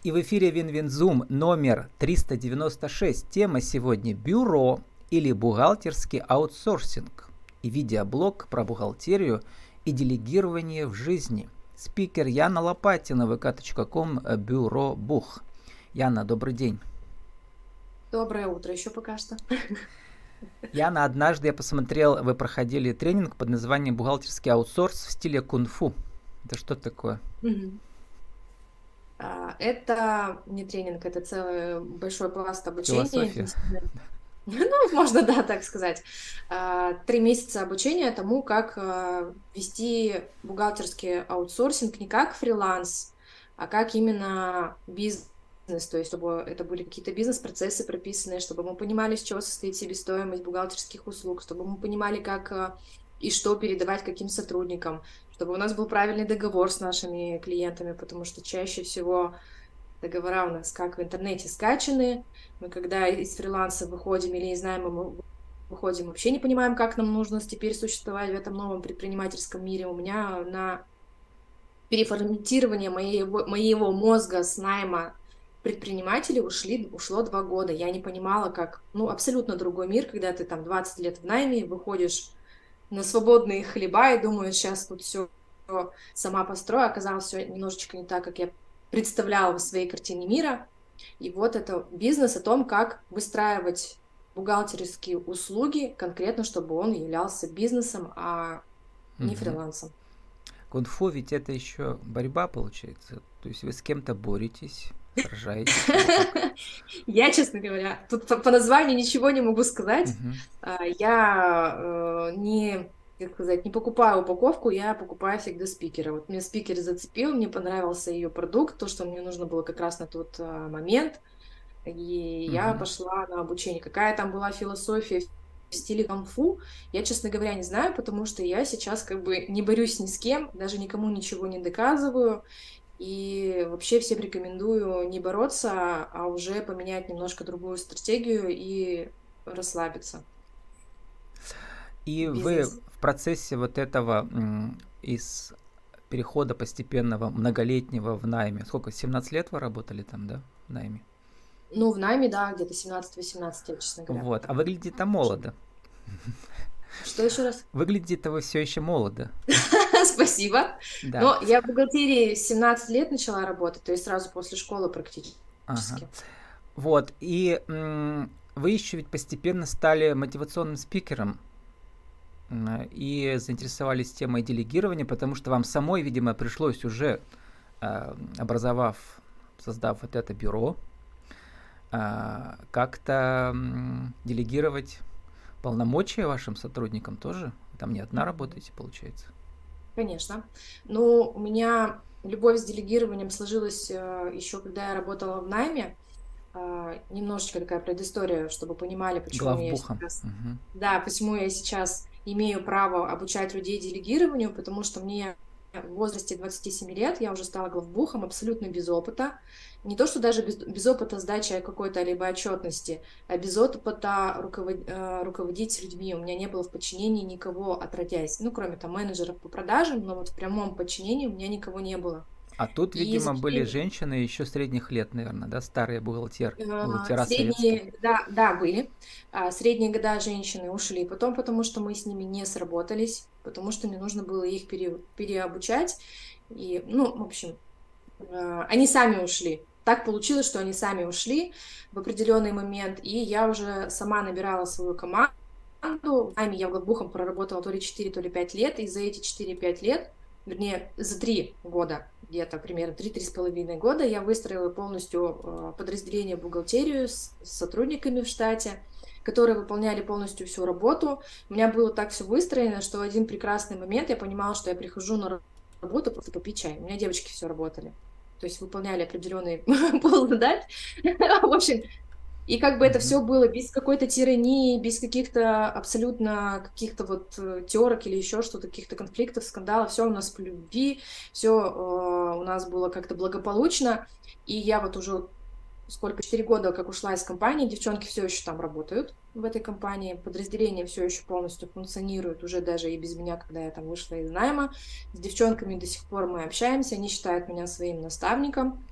И в эфире Винвинзум номер 396. Тема сегодня — бюро или бухгалтерский аутсорсинг. И видеоблог про бухгалтерию и делегирование в жизни. Спикер Яна Лопатина, vk.com, бюро Бух. Яна, добрый день. Доброе утро еще пока что. Яна, однажды я посмотрел, вы проходили тренинг под названием «Бухгалтерский аутсорс в стиле кунг-фу». Это что такое? Это не тренинг, это целый большой пласт обучения. Философия. Ну, можно, да, так сказать. 3 месяца обучения тому, как вести бухгалтерский аутсорсинг не как фриланс, а как именно бизнес. То есть, чтобы это были какие-то бизнес-процессы прописанные, чтобы мы понимали, с чего состоит себестоимость бухгалтерских услуг, чтобы мы понимали, как и что передавать каким сотрудникам, чтобы у нас был правильный договор с нашими клиентами, потому что чаще всего договора у нас как в интернете скачаны. Мы когда из фриланса выходим или из найма мы выходим, вообще не понимаем, как нам нужно теперь существовать в этом новом предпринимательском мире. У меня на переформатирование моего мозга с найма предпринимателей ушло 2 года. Я не понимала, как, абсолютно другой мир, когда ты там 20 лет в найме, выходишь на свободные хлеба и думаю, сейчас тут все сама построю. Оказалось, все немножечко не так, как я представляла в своей картине мира. И вот это бизнес о том, как выстраивать бухгалтерские услуги конкретно, чтобы он являлся бизнесом, а не фрилансом. Кунг-фу ведь это еще борьба получается. То есть вы с кем-то боретесь, сражаетесь. Я, честно говоря, тут по названию ничего не могу сказать. Я не покупаю упаковку, я покупаю всегда спикера. Вот мне спикер зацепил, мне понравился ее продукт, то, что мне нужно было как раз на тот момент. И я пошла на обучение. Какая там была философия в стиле кунг-фу, я, честно говоря, не знаю, потому что я сейчас как бы не борюсь ни с кем, даже никому ничего не доказываю. И вообще всем рекомендую не бороться, а уже поменять немножко другую стратегию и расслабиться И в вы бизнесе. в процессе вот этого из перехода постепенного многолетнего в найме, сколько, 17 лет вы работали там, да, в найме? Ну, в найме, да, где-то 17-18 лет, честно говоря. Вот, а выглядит-то молодо. Что еще раз? Выглядит-то вы все еще молодо. Спасибо. Да. Но я в бухгалтерии 17 лет начала работать, то есть сразу после школы практически. Ага. Вот, и вы еще ведь постепенно стали мотивационным спикером и заинтересовались темой делегирования, потому что вам самой, видимо, пришлось уже, создав вот это бюро, как-то делегировать полномочия вашим сотрудникам тоже. Там не одна работаете, получается. Конечно. Ну, у меня любовь с делегированием сложилась еще когда я работала в найме. Немножечко такая предыстория, чтобы понимали, почему я Главбухом. сейчас, да, почему я сейчас имею право обучать людей делегированию, потому что мне в возрасте 27 лет я уже стала главбухом абсолютно без опыта. Не то, что даже без опыта сдачи какой-то либо отчетности, а без опыта руководить людьми. У меня не было в подчинении никого отродясь. Ну, кроме там менеджеров по продажам, но вот в прямом подчинении у меня никого не было. А тут, И за видимо, были 4 женщины еще средних лет, наверное, да, старые бухгалтера советские. Средние года, да, были. Средние года женщины ушли потом, потому что мы с ними не сработались, потому что мне нужно было их переобучать. И, ну, в общем, они сами ушли. Так получилось, что они сами ушли в определенный момент, и я уже сама набирала свою команду. В найме я главбухом проработала то ли 4, то ли 5 лет, и за эти 4-5 лет, вернее, за 3 года, где-то примерно 3-3,5 года, я выстроила полностью подразделение бухгалтерию с сотрудниками в штате, которые выполняли полностью всю работу. У меня было так все выстроено, что в один прекрасный момент я понимала, что я прихожу на работу просто попить чай. У меня девочки все работали. То есть выполняли определенный пол задач. В общем, и как бы это все было без какой-то тирании, без каких-то абсолютно каких-то вот терок или еще что-то, каких-то конфликтов, скандалов. Все у нас по любви, все у нас было как-то благополучно. И я вот уже 4 года, как ушла из компании, девчонки все еще там работают в этой компании, подразделение все еще полностью функционирует, уже даже и без меня, когда я там вышла из найма. С девчонками до сих пор мы общаемся, они считают меня своим наставником.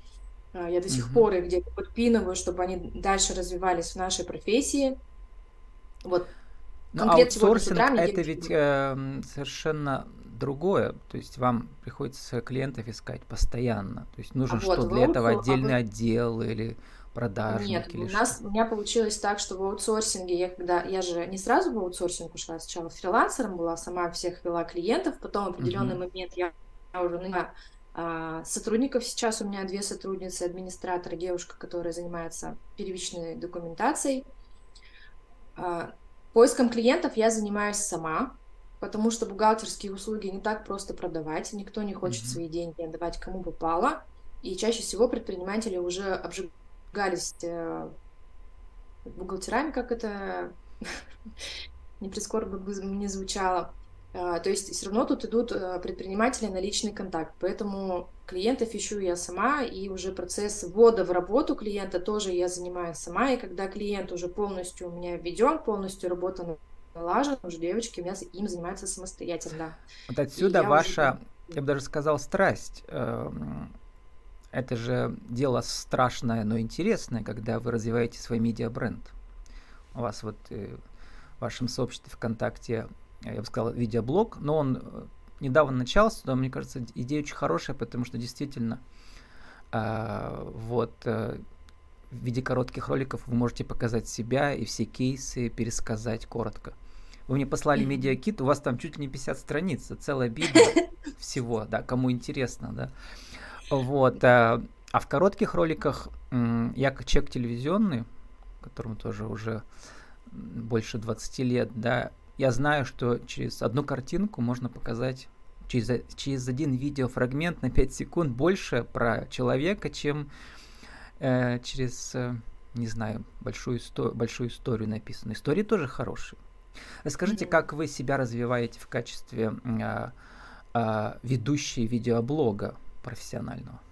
Я до сих Мгм. пор их где-то подпинываю, чтобы они дальше развивались в нашей профессии. Вот Но конкретно сегодня с аутсорсинг утра мне это девочки ведь говорят, совершенно другое. То есть вам приходится клиентов искать постоянно. То есть а нужен вот что в для этого аутсор... отдельный отдел или Нет, продажник или что? у меня получилось так, что в аутсорсинге я же не сразу в аутсорсинг ушла, сначала фрилансером была, сама всех вела клиентов, потом в определенный Мгм. момент я уже наняла сотрудников. Сейчас у меня две сотрудницы, администратор, девушка, которая занимается первичной документацией. А, Поиском клиентов я занимаюсь сама, потому что бухгалтерские услуги не так просто продавать, никто не хочет Мгм. свои деньги отдавать кому попало, и чаще всего предприниматели уже обжигались бухгалтерами, как это не прискорбно бы не звучало. То есть все равно тут идут предприниматели на личный контакт, поэтому клиентов ищу я сама, и уже процесс ввода в работу клиента тоже я занимаюсь сама, и когда клиент уже полностью у меня введен, полностью работа налажена, уже девочки у меня им занимаются самостоятельно, да. Вот И отсюда я уже... ваша, я бы даже сказал, страсть. Это же дело страшное, но интересное, когда вы развиваете свой медиабренд. У вас вот в вашем сообществе ВКонтакте, я бы сказал, видеоблог, но он недавно начался, но мне кажется, идея очень хорошая, потому что действительно вот в виде коротких роликов вы можете показать себя и все кейсы пересказать коротко. Вы мне послали Мгм. медиакит, у вас там чуть ли не 50 страниц, целая Библия всего, да, кому интересно, да. Вот, а в коротких роликах я как человек телевизионный, которому тоже уже больше 20 лет, да, я знаю, что через одну картинку можно показать через один видеофрагмент на 5 секунд больше про человека, чем через, не знаю, большую историю написанную. Истории тоже хорошие. Расскажите, Мгм. как вы себя развиваете в качестве ведущей видеоблога профессионального?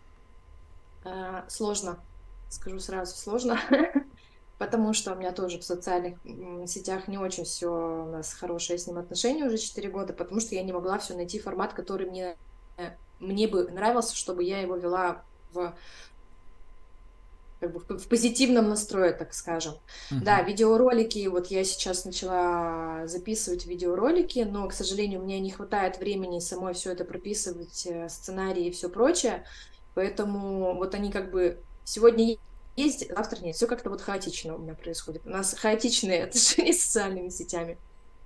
Сложно, скажу сразу, сложно. Потому что у меня тоже в социальных сетях не очень все у нас хорошие с ним отношения уже 4 года, потому что я не могла все найти формат, который мне бы нравился, чтобы я его вела в, как бы в позитивном настрое, так скажем. Да, Мгм. видеоролики, вот я сейчас начала записывать видеоролики, но, к сожалению, мне не хватает времени самой все это прописывать, сценарии и все прочее, поэтому вот они как бы сегодня есть, завтра нет. Все как-то вот хаотично у меня происходит. У нас хаотичные отношения с социальными сетями.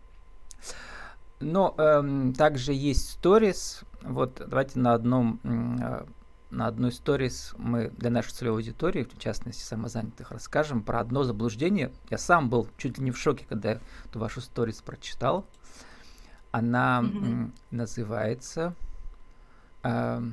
Но также есть сторис. Вот давайте на одной сторис мы для нашей целевой аудитории, в частности самозанятых, расскажем про одно заблуждение. Я сам был чуть ли не в шоке, когда эту вашу сторис прочитал. Она Мгм. называется эм,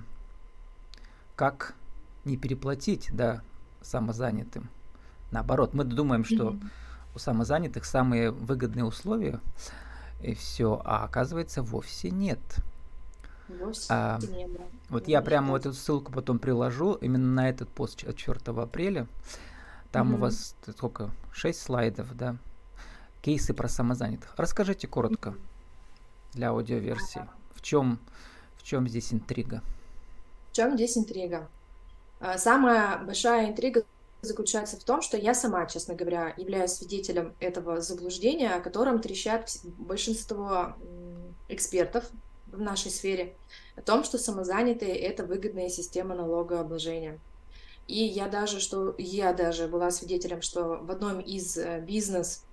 «Как не переплатить, да, самозанятым». Наоборот, мы думаем, что Мгм. у самозанятых самые выгодные условия и все, а оказывается вовсе нет. Вовсе А, не было. вот я Надо прямо считать. эту ссылку потом приложу именно на этот пост от 4 апреля. Там у Мгм. вас сколько? 6 слайдов, да? Кейсы про самозанятых. Расскажите коротко Мгм. для аудиоверсии. В чем здесь интрига? В чем здесь интрига? Самая большая интрига заключается в том, что я сама, честно говоря, являюсь свидетелем этого заблуждения, о котором трещат большинство экспертов в нашей сфере, о том, что самозанятые — это выгодная система налогообложения. И я даже была свидетелем, что в одном из бизнес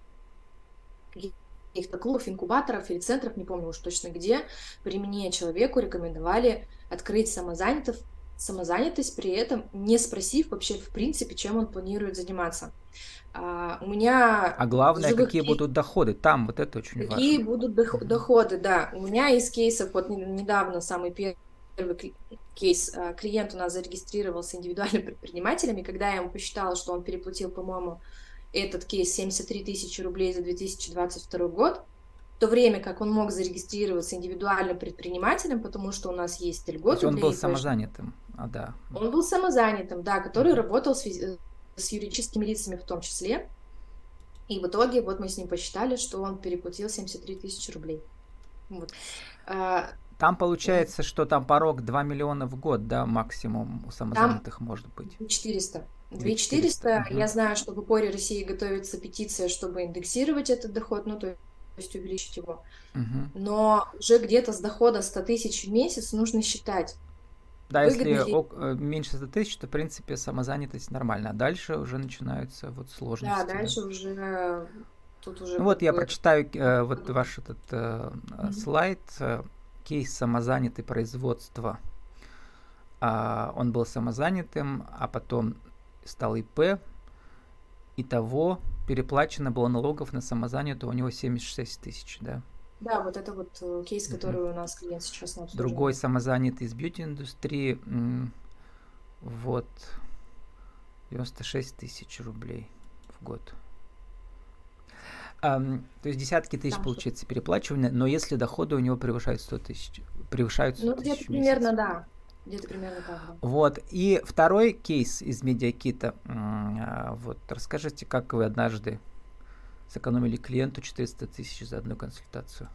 каких-то клубов, инкубаторов или центров, не помню уж точно где, при мне человеку рекомендовали открыть самозанятость, при этом не спросив вообще в принципе, чем он планирует заниматься. У меня А главное, живых какие кейсов, будут доходы. Там вот это очень какие важно. будут Мгм. доходы, да. У меня из кейсов, вот недавно самый первый кейс, клиент у нас зарегистрировался индивидуальным предпринимателем, и когда я ему посчитала, что он переплатил, по-моему, этот кейс 73 тысячи рублей за 2022 год, в то время как он мог зарегистрироваться индивидуальным предпринимателем, потому что у нас есть То есть льготы он для был ИПшников. самозанятым. А, да. Он был самозанятым, да, который Мгм. работал с юридическими лицами в том числе. И в итоге вот мы с ним посчитали, что он переплатил 73 тысячи рублей. Вот. Там получается, что там порог 2 миллиона в год, да, максимум у Там самозанятых может быть. 400. 2400. 2400. Я знаю, что в упоре России готовится петиция, чтобы индексировать этот доход, ну, то есть увеличить его. Мгм. Но уже где-то с дохода 100 тысяч в месяц нужно считать, Да, если выгодно ли. меньше 100 тысяч, то, в принципе, самозанятость нормально. А дальше уже начинаются вот Да, сложности, да. дальше уже тут уже Ну вот как я бы... прочитаю вот ваш этот Мгм. слайд, кейс самозанятый производства. Он был самозанятым, а потом стал ИП. Итого переплачено было налогов на самозанятого у него 76 тысяч, да. Да, вот это вот кейс, Мгм. который у нас клиент сейчас на Другой обслуживании. самозанятый из бьюти-индустрии, вот, 96 тысяч рублей в год. То есть десятки тысяч, Там что? получается, переплачивания, но если доходы у него превышают 100 тысяч, превышают 100 Ну, где-то тысяч в месяц. примерно, да. Где-то примерно так, да. Вот. И второй кейс из медиакита. Вот, расскажите, как вы однажды сэкономили клиенту 400 тысяч за одну консультацию.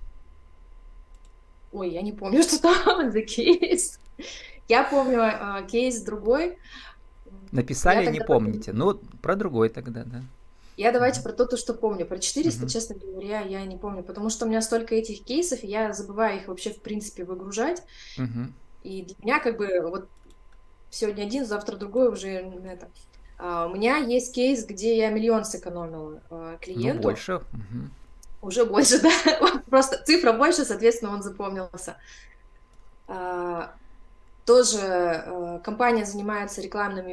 Ой, я не помню, что там за кейс. Я помню кейс другой. Я Написали, не тогда... помните. Ну, про другой тогда, да. Я давайте Мгм. про то, что помню. Про 400, Мгм. честно говоря, я не помню, потому что у меня столько этих кейсов, и я забываю их вообще, в принципе, выгружать. Мгм. И для меня как бы вот сегодня один, завтра другой уже это. У меня есть кейс, где я 1 000 000 сэкономила Ну, клиенту. больше. Мгм. Уже больше, да. Просто цифра больше, соответственно, он запомнился. А, Тоже компания занимается рекламными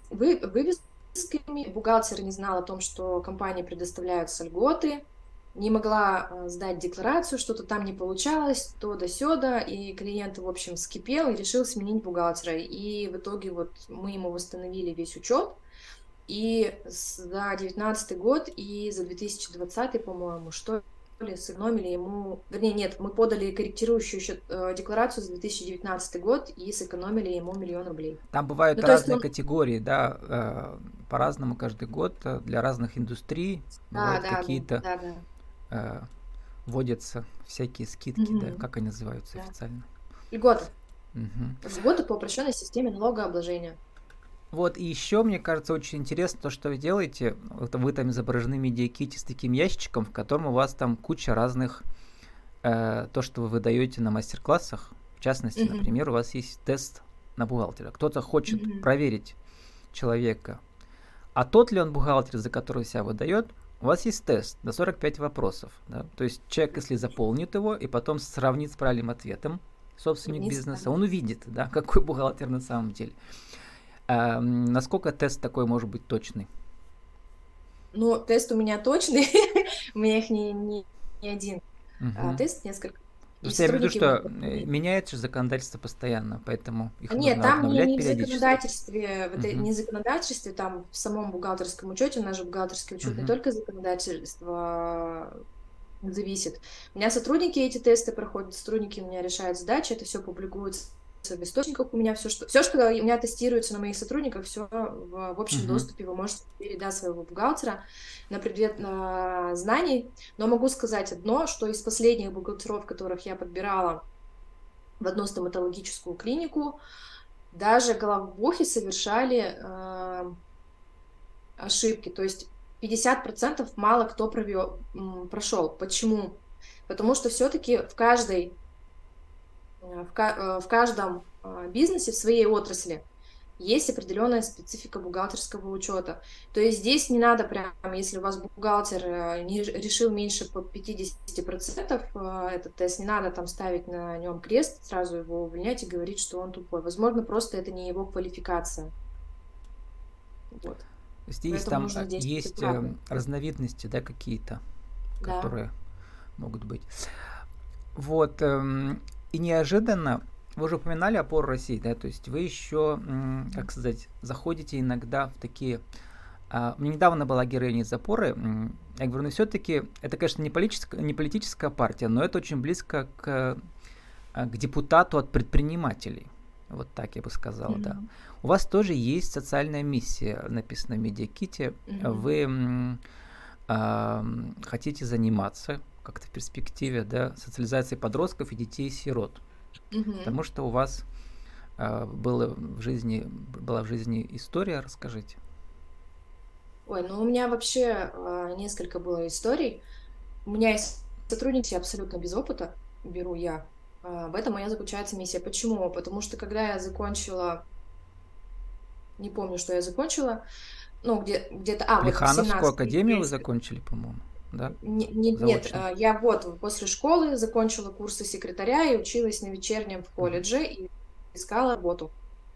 вывесками. Бухгалтер не знал о том, что компании предоставляются льготы. Не могла сдать декларацию, что-то там не получалось, то да сёда, и клиент, в общем, вскипел и решил сменить бухгалтера. И в итоге вот мы ему восстановили весь учет, и за 19 год, и за 2020, по-моему, что ли, сэкономили ему... Вернее, нет, мы подали корректирующую декларацию за 2019 год и сэкономили ему 1 000 000 рублей. Там бывают Ну, то есть разные он... категории, да, по-разному каждый год для разных индустрий Да, бывают да, да, какие-то, да, да. э, вводятся всякие скидки, да, Мгм. как они называются Да. официально. Льготы. Мгм. Льготы по упрощенной системе налогообложения. Вот, и еще, мне кажется, очень интересно то, что вы делаете. Вот вы там изображены в медиаките с таким ящичком, в котором у вас там куча разных, то, что вы выдаете на мастер-классах. В частности, Мгм. например, у вас есть тест на бухгалтера. Кто-то хочет Мгм. проверить человека, а тот ли он бухгалтер, за которого себя выдает. У вас есть тест на 45 вопросов. Да? То есть человек, если заполнит его и потом сравнит с правильным ответом, собственник Границы, да. бизнеса, он увидит, да, какой бухгалтер на самом деле. Насколько тест такой может быть точный? Ну, тест у меня точный, у меня их не один Мгм. тест, несколько. И Просто я имею в виду, сотрудники что мне... меняется же законодательство постоянно, поэтому их Нет, нужно там обновлять не в периодически. законодательстве, Мгм. не в законодательстве, там в самом бухгалтерском учете, у нас же бухгалтерский учет не Мгм. только законодательство зависит. У меня сотрудники эти тесты проходят, сотрудники у меня решают задачи, это все публикуется в источниках у меня, все, что у меня тестируется на моих сотрудниках, все в общем Мгм. доступе, вы можете передать своего бухгалтера на предмет знаний, но могу сказать одно, что из последних бухгалтеров, которых я подбирала в одну стоматологическую клинику, даже главбухи совершали ошибки. То есть 50% мало кто прошел. Почему? Потому что все-таки в каждом бизнесе, в своей отрасли есть определенная специфика бухгалтерского учета. То есть здесь не надо прям, если у вас бухгалтер решил меньше под 50% этот тест, не надо там ставить на нем крест, сразу его увольнять и говорить, что он тупой. Возможно, просто это не его квалификация. Вот. То есть есть Поэтому там нужно действовать есть аккуратно. разновидности, да, какие-то, Да. которые могут быть. Вот, и неожиданно, вы уже упоминали опору России, да, то есть вы еще, как сказать, заходите иногда в такие... У меня недавно была героиня из опоры, я говорю, ну все-таки, это, конечно, не политическая партия, но это очень близко к депутату от предпринимателей. Вот так я бы сказал, да. Мгм. У вас тоже есть социальная миссия, написано в медиаките. Мгм. Вы хотите заниматься как-то в перспективе, да, социализации подростков и детей-сирот. Потому что у вас была в жизни история, расскажите. Ой, ну у меня вообще несколько было историй. У меня есть сотрудники абсолютно без опыта, беру я. В этом моя заключается миссия. Почему? Потому что когда я закончила, не помню, что я закончила, ну, где-то, вот в Плехановскую 17 академию я вы закончили, по-моему, да? Нет, Заочно. я вот после школы закончила курсы секретаря и училась на вечернем в Мгм. колледже и искала работу.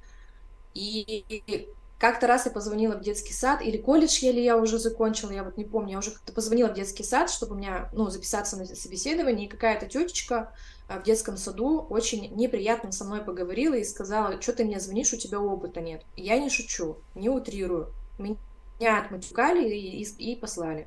И как-то раз я позвонила в детский сад, или колледж еле я уже закончила, я вот не помню, я уже как-то позвонила в детский сад, чтобы у меня, ну, записаться на собеседование, и какая-то тетечка в детском саду очень неприятно со мной поговорила и сказала: что ты мне звонишь, у тебя опыта нет. И я не шучу, не утрирую. Меня отматюкали и послали.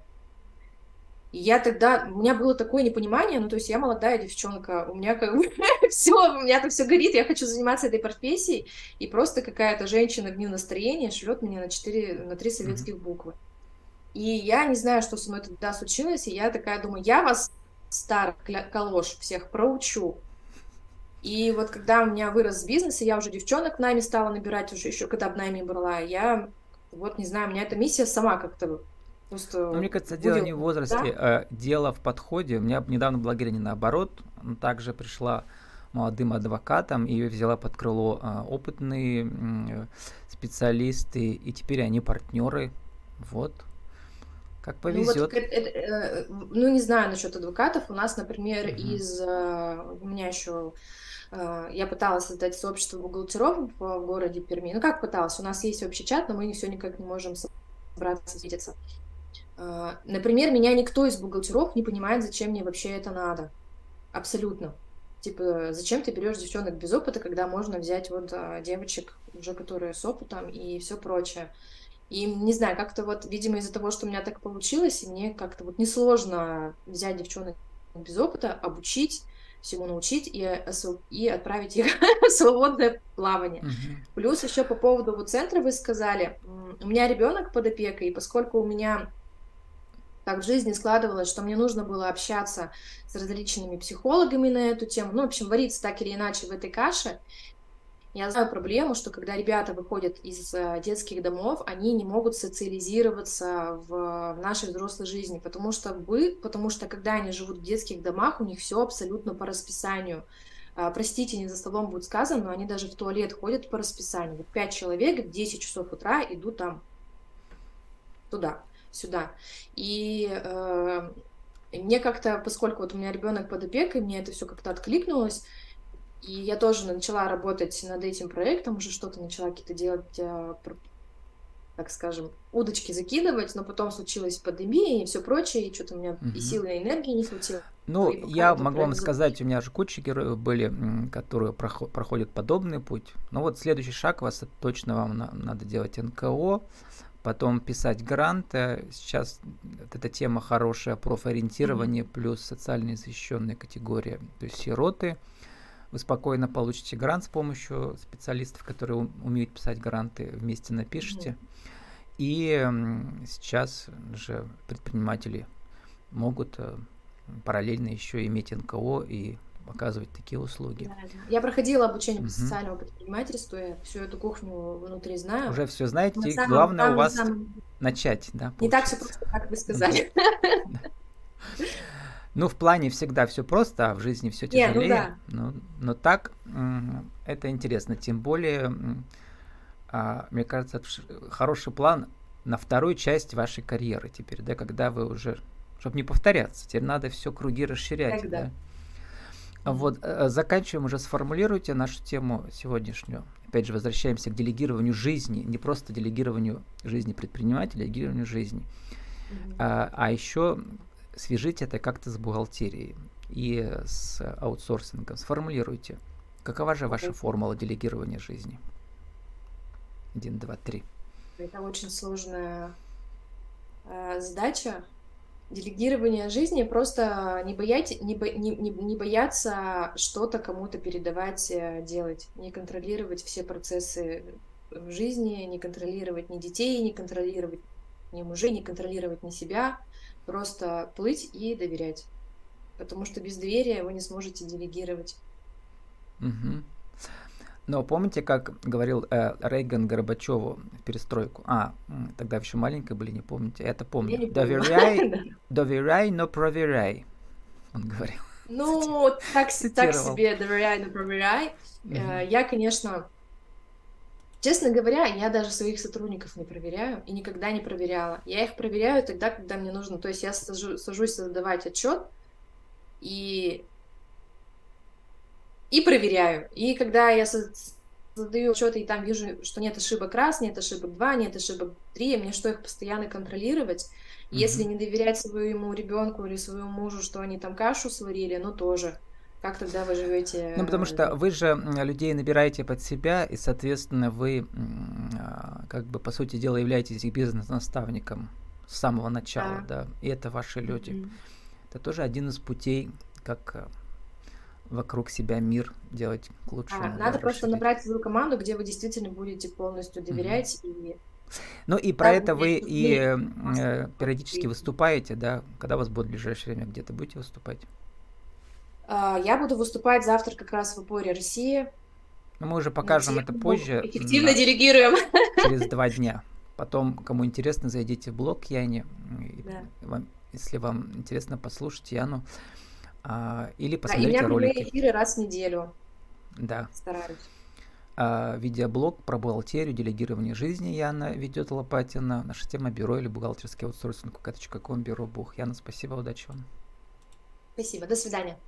И я тогда, у меня было такое непонимание, ну, то есть я молодая девчонка, у меня как бы все, у меня там все горит, я хочу заниматься этой профессией, и просто какая-то женщина в дню настроения шлет меня на 3 Мгм. советских буквы. И я не знаю, что со мной тогда случилось, и я такая думаю: я вас, старых калош, всех проучу. И вот когда у меня вырос бизнес, и я уже девчонок в найме стала набирать, уже еще когда в найме брала, я вот не знаю, у меня эта миссия сама как-то Ну, просто мне кажется, дело вывела. не в возрасте, Да? а дело в подходе. У меня недавно была героиня наоборот. Она также пришла молодым адвокатом, ее взяла под крыло опытные специалисты, и теперь они партнеры. Вот. Как Ну вот, повезет. ну не знаю насчет адвокатов. У нас, например, Мгм. у меня еще, я пыталась создать сообщество бухгалтеров в городе Перми. Ну как пыталась? У нас есть общий чат, но мы все никак не можем собраться, встретиться. Например, меня никто из бухгалтеров не понимает, зачем мне вообще это надо. Абсолютно. Типа, зачем ты берешь девчонок без опыта, когда можно взять вот девочек уже, которые с опытом и все прочее. И не знаю, как-то вот, видимо, из-за того, что у меня так получилось, и мне как-то вот несложно взять девчонок без опыта, обучить, всему научить и отправить их в свободное плавание. Мгм. Плюс еще по поводу вот центра вы сказали, у меня ребенок под опекой, и поскольку у меня так в жизни складывалось, что мне нужно было общаться с различными психологами на эту тему, ну, в общем, вариться так или иначе в этой каше, я знаю проблему, что когда ребята выходят из детских домов, они не могут социализироваться в нашей взрослой жизни, потому что когда они живут в детских домах, у них все абсолютно по расписанию. Простите, не за столом будет сказано, но они даже в туалет ходят по расписанию. Вот 5 человек в 10 часов утра идут там туда, сюда. И мне как-то, поскольку вот у меня ребенок под опекой, мне это все как-то откликнулось, и я тоже начала работать над этим проектом, уже что-то начала какие-то делать, так скажем, удочки закидывать, но потом случилась пандемия и все прочее, и что-то у меня и Мгм. силы, и энергии не хватило, Ну, и пока я этот могу вам проект сказать, у запустить. меня же куча героев были, которые проходят подобный путь. Но вот следующий шаг у вас точно вам надо делать НКО, потом писать гранты. Сейчас вот эта тема хорошая, Мгм. профориентирование плюс социально защищенные категории, то есть сироты. Вы спокойно получите грант с помощью специалистов, которые умеют писать гранты, вместе Мгм. напишите. И сейчас же предприниматели могут параллельно еще иметь НКО и оказывать такие услуги. Да, да. Я проходила обучение по Мгм. социальному предпринимательству, я всю эту кухню внутри знаю. Уже все На знаете, и самом, главное у самом, вас самом начать, да, не так все получается. просто, как вы Мгм. сказали. Ну, в плане всегда все просто, а в жизни все Не, ну тяжелее. да. Но так это интересно. Тем более, мне кажется, это хороший план на вторую часть вашей карьеры теперь, да, когда вы уже, чтобы не повторяться, теперь надо все круги расширять, Когда? да. Мгм. Вот, заканчиваем уже, сформулируйте нашу тему сегодняшнюю. Опять же, возвращаемся к делегированию жизни, не просто делегированию жизни предпринимателя, а делегированию жизни. Мгм. А еще свяжите это как-то с бухгалтерией и с аутсорсингом. Сформулируйте, какова же ваша Ой, формула делегирования жизни? Один, два, три. это очень сложная задача. Делегирование жизни, просто не бояться что-то кому-то передавать, делать, не контролировать все процессы в жизни, не контролировать ни детей, не контролировать ни мужей, не контролировать ни себя, просто плыть и доверять. потому что без доверия вы не сможете делегировать. Мгм. Но помните, как говорил Рейган Горбачеву в перестройку? Тогда еще маленькие были, не помните? Я это Я помню. не помню. Доверяй, но проверяй. Он говорил. Ну, так Цитировал. себе, доверяй, но проверяй. Мгм. Я, конечно, честно говоря, я даже своих сотрудников не проверяю и никогда не проверяла. Я их проверяю тогда, когда мне нужно. То есть я сажусь задавать отчет и, и проверяю. И когда я задаю отчеты и там вижу, что нет ошибок раз, нет ошибок два, нет ошибок три, мне что, их постоянно контролировать? Если Мгм. не доверять своему ребенку или своему мужу, что они там кашу сварили, ну тоже. Как тогда вы Ну, потому живете? что вы же людей набираете под себя, и, соответственно, вы, как бы, по сути дела, являетесь их бизнес-наставником с самого начала, Да. да, и это ваши люди. Мгм. Это тоже один из путей, как вокруг себя мир делать к Да, лучшему, да, надо просто расширять. набрать свою команду, где вы действительно будете полностью Мгм. доверять, и Ну и про тогда это будет вы и нужны просто периодически выступаете, да, когда у вас будет в ближайшее время где-то будете выступать? Я буду выступать завтра как раз в опоре России Ну, мы уже на покажем это тему позже, «Эффективно делегируем». через 2 дня. Потом, кому интересно, зайдите в блог Яни, Да. если вам интересно послушать Яну, или Да, и у меня посмотрите прямые ролики. эфиры раз в неделю. Да. Стараюсь. Видеоблог про бухгалтерию, делегирование жизни Яна ведет Лопатина. Наша тема бюро или бухгалтерский аутсорсинг. vk.com, бюро Бух. Яна, спасибо, удачи вам. Спасибо. До свидания.